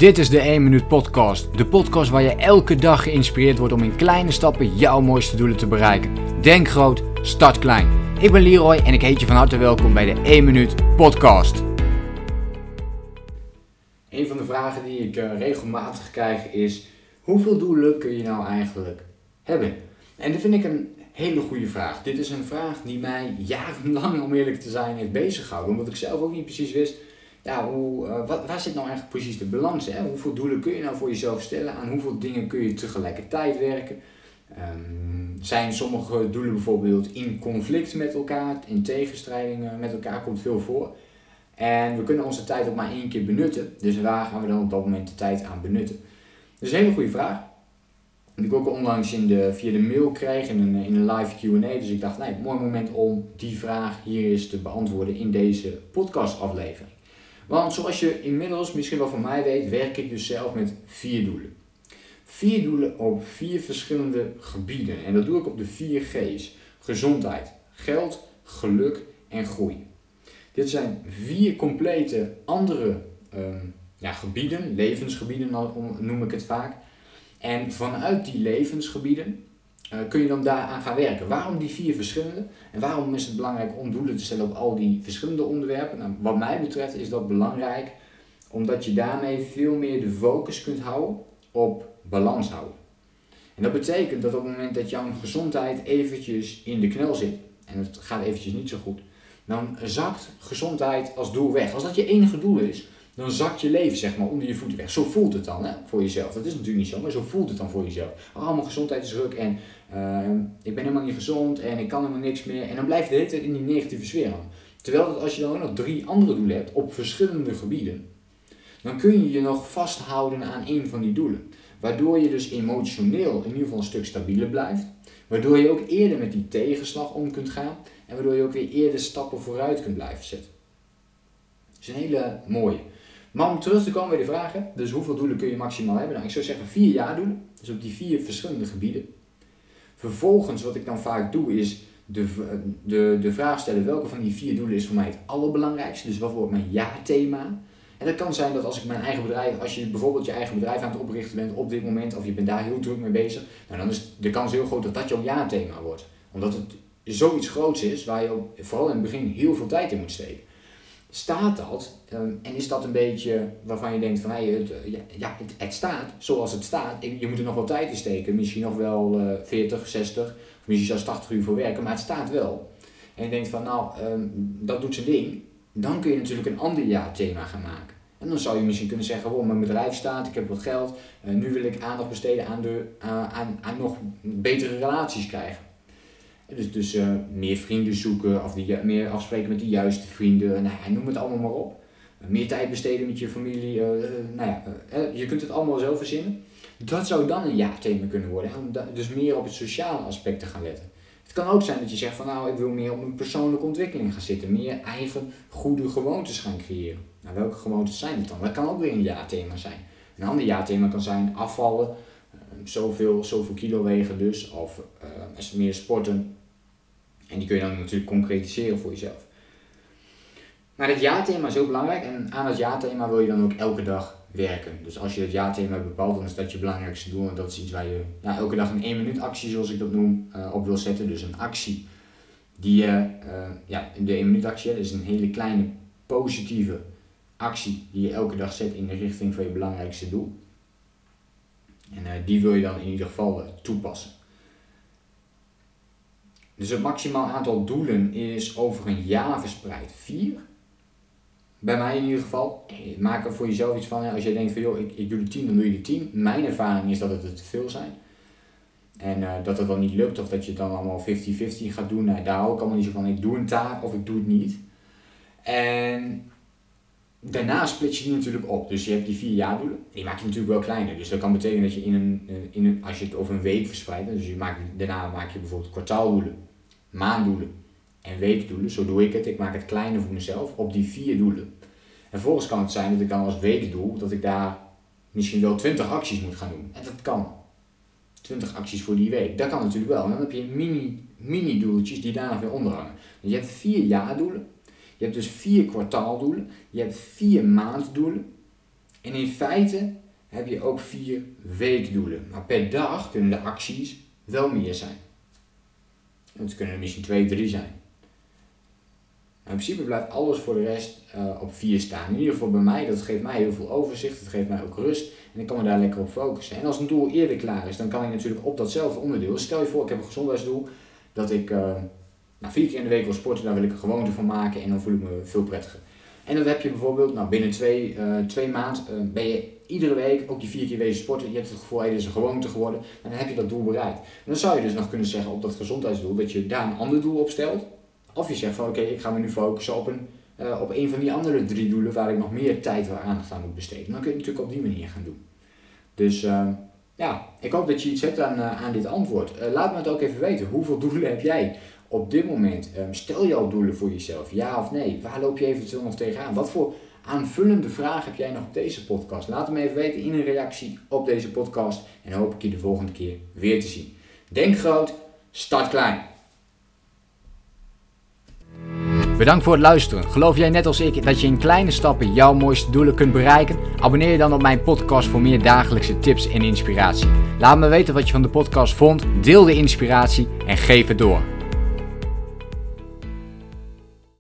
Dit is de 1 Minuut Podcast. De podcast waar je elke dag geïnspireerd wordt om in kleine stappen jouw mooiste doelen te bereiken. Denk groot, start klein. Ik ben Leroy en ik heet je van harte welkom bij de 1 Minuut Podcast. Een van de vragen die ik regelmatig krijg is: hoeveel doelen kun je nou eigenlijk hebben? En dat vind ik een hele goede vraag. Dit is een vraag die mij jarenlang, om eerlijk te zijn, heeft beziggehouden. Omdat ik zelf ook niet precies wist, waar zit nou eigenlijk precies de balans? Hè? Hoeveel doelen kun je nou voor jezelf stellen? Aan hoeveel dingen kun je tegelijkertijd werken? Zijn sommige doelen bijvoorbeeld in conflict met elkaar, in tegenstrijding met elkaar, komt veel voor. En we kunnen onze tijd ook maar 1 keer benutten. Dus waar gaan we dan op dat moment de tijd aan benutten? Dat is een hele goede vraag. Die ik ook onlangs via de mail kreeg in een live Q&A. Dus ik dacht, mooi moment om die vraag hier eens te beantwoorden in deze podcastaflevering. Want zoals je inmiddels misschien wel van mij weet, werk ik dus zelf met 4 doelen. 4 doelen op 4 verschillende gebieden. En dat doe ik op de 4 G's. Gezondheid, geld, geluk en groei. Dit zijn 4 complete andere gebieden, levensgebieden noem ik het vaak. En vanuit die levensgebieden kun je dan daaraan gaan werken. Waarom die 4 verschillende? En waarom is het belangrijk om doelen te stellen op al die verschillende onderwerpen? Nou, wat mij betreft is dat belangrijk omdat je daarmee veel meer de focus kunt houden op balans houden. En dat betekent dat op het moment dat jouw gezondheid eventjes in de knel zit, en het gaat eventjes niet zo goed, dan zakt gezondheid als doel weg. Als dat je enige doel is, dan zakt je leven onder je voeten weg. Zo voelt het dan voor jezelf. Dat is natuurlijk niet zo, maar zo voelt het dan voor jezelf. Mijn gezondheid is ruk en ik ben helemaal niet gezond en ik kan helemaal niks meer. En dan blijf je de hele tijd in die negatieve sfeer hangen. Terwijl dat als je dan ook nog 3 andere doelen hebt op verschillende gebieden, dan kun je je nog vasthouden aan 1 van die doelen. Waardoor je dus emotioneel in ieder geval een stuk stabieler blijft. Waardoor je ook eerder met die tegenslag om kunt gaan. En waardoor je ook weer eerder stappen vooruit kunt blijven zetten. Dat is een hele mooie. Maar om terug te komen bij de vragen, dus hoeveel doelen kun je maximaal hebben? Nou, ik zou zeggen 4 jaardoelen, dus op die 4 verschillende gebieden. Vervolgens, wat ik dan vaak doe, is de vraag stellen: welke van die 4 doelen is voor mij het allerbelangrijkste? Dus wat wordt mijn jaarthema? En dat kan zijn dat als je bijvoorbeeld je eigen bedrijf aan het oprichten bent op dit moment, of je bent daar heel druk mee bezig, dan is de kans heel groot dat dat jouw jaarthema wordt. Omdat het zoiets groots is, waar je vooral in het begin heel veel tijd in moet steken. Staat dat, en is dat een beetje waarvan je denkt van het staat zoals het staat, je moet er nog wel tijd in steken, misschien nog wel 40, 60, of misschien zelfs 80 uur voor werken, maar het staat wel. En je denkt van dat doet zijn ding, dan kun je natuurlijk een ander jaarthema gaan maken. En dan zou je misschien kunnen zeggen, mijn bedrijf staat, ik heb wat geld, nu wil ik aandacht besteden aan nog betere relaties krijgen. Dus meer vrienden zoeken of meer afspreken met de juiste vrienden, noem het allemaal maar op. Meer tijd besteden met je familie, je kunt het allemaal zelf verzinnen. Dat zou dan een jaarthema kunnen worden, om dus meer op het sociale aspect te gaan letten. Het kan ook zijn dat je zegt van ik wil meer op mijn persoonlijke ontwikkeling gaan zitten, meer eigen goede gewoontes gaan creëren. Welke gewoontes zijn het dan? Dat kan ook weer een jaarthema zijn. Een ander jaarthema kan zijn afvallen, zoveel kilo wegen dus, of meer sporten. En die kun je dan natuurlijk concretiseren voor jezelf. Maar het jaarthema is heel belangrijk en aan het jaarthema wil je dan ook elke dag werken. Dus als je het jaarthema bepaalt, dan is dat je belangrijkste doel. En dat is iets waar je elke dag een 1 minuut actie, zoals ik dat noem, op wil zetten. Dus een actie die de 1 minuut actie, dat is een hele kleine positieve actie die je elke dag zet in de richting van je belangrijkste doel. En die wil je dan in ieder geval toepassen. Dus het maximaal aantal doelen is over een jaar verspreid 4. Bij mij in ieder geval. Maak er voor jezelf iets van. Als je denkt van ik doe de 10, dan doe je de 10. Mijn ervaring is dat het te veel zijn. En dat het dan niet lukt of dat je het dan allemaal 50-50 gaat doen. Daar hou ik allemaal niet zo van. Ik doe een taak of ik doe het niet. En daarna split je die natuurlijk op. Dus je hebt die 4 jaardoelen. Die maak je natuurlijk wel kleiner. Dus dat kan betekenen dat je als je het over een week verspreidt. Dus daarna maak je bijvoorbeeld kwartaaldoelen, maanddoelen en weekdoelen. Zo doe ik het. Ik maak het kleiner voor mezelf op die 4 doelen. En vervolgens kan het zijn dat ik dan als weekdoel, dat ik daar misschien wel 20 acties moet gaan doen. En dat kan. 20 acties voor die week. Dat kan natuurlijk wel. En dan heb je mini doeltjes die daar nog weer onder hangen. Dus je hebt 4 jaardoelen. Je hebt dus 4 kwartaaldoelen. Je hebt 4 maanddoelen. En in feite heb je ook 4 weekdoelen. Maar per dag kunnen de acties wel meer zijn. Het kunnen er misschien 2, 3 zijn. Maar in principe blijft alles voor de rest op 4 staan. In ieder geval bij mij, dat geeft mij heel veel overzicht. Dat geeft mij ook rust. En ik kan me daar lekker op focussen. En als een doel eerder klaar is, dan kan ik natuurlijk op datzelfde onderdeel. Stel je voor, ik heb een gezondheidsdoel. Dat ik 4 keer in de week wil sporten. Daar wil ik een gewoonte van maken. En dan voel ik me veel prettiger. En dat heb je bijvoorbeeld, binnen 2 maanden ben je iedere week ook die 4 keer wezen sporten. Je hebt het gevoel, dit is een gewoonte geworden. En dan heb je dat doel bereikt. En dan zou je dus nog kunnen zeggen op dat gezondheidsdoel dat je daar een ander doel op stelt. Of je zegt van oké, ik ga me nu focussen op een van die andere 3 doelen waar ik nog meer tijd of aandacht aan moet besteden. Dan kun je het natuurlijk op die manier gaan doen. Dus ik hoop dat je iets hebt aan dit antwoord. Laat me het ook even weten. Hoeveel doelen heb jij op dit moment? Stel jouw doelen voor jezelf, ja of nee? Waar loop je eventueel nog tegenaan? Wat voor aanvullende vraag heb jij nog op deze podcast? Laat het me even weten in een reactie op deze podcast. En hoop ik je de volgende keer weer te zien. Denk groot, start klein. Bedankt voor het luisteren. Geloof jij net als ik dat je in kleine stappen jouw mooiste doelen kunt bereiken? Abonneer je dan op mijn podcast voor meer dagelijkse tips en inspiratie. Laat me weten wat je van de podcast vond, deel de inspiratie en geef het door.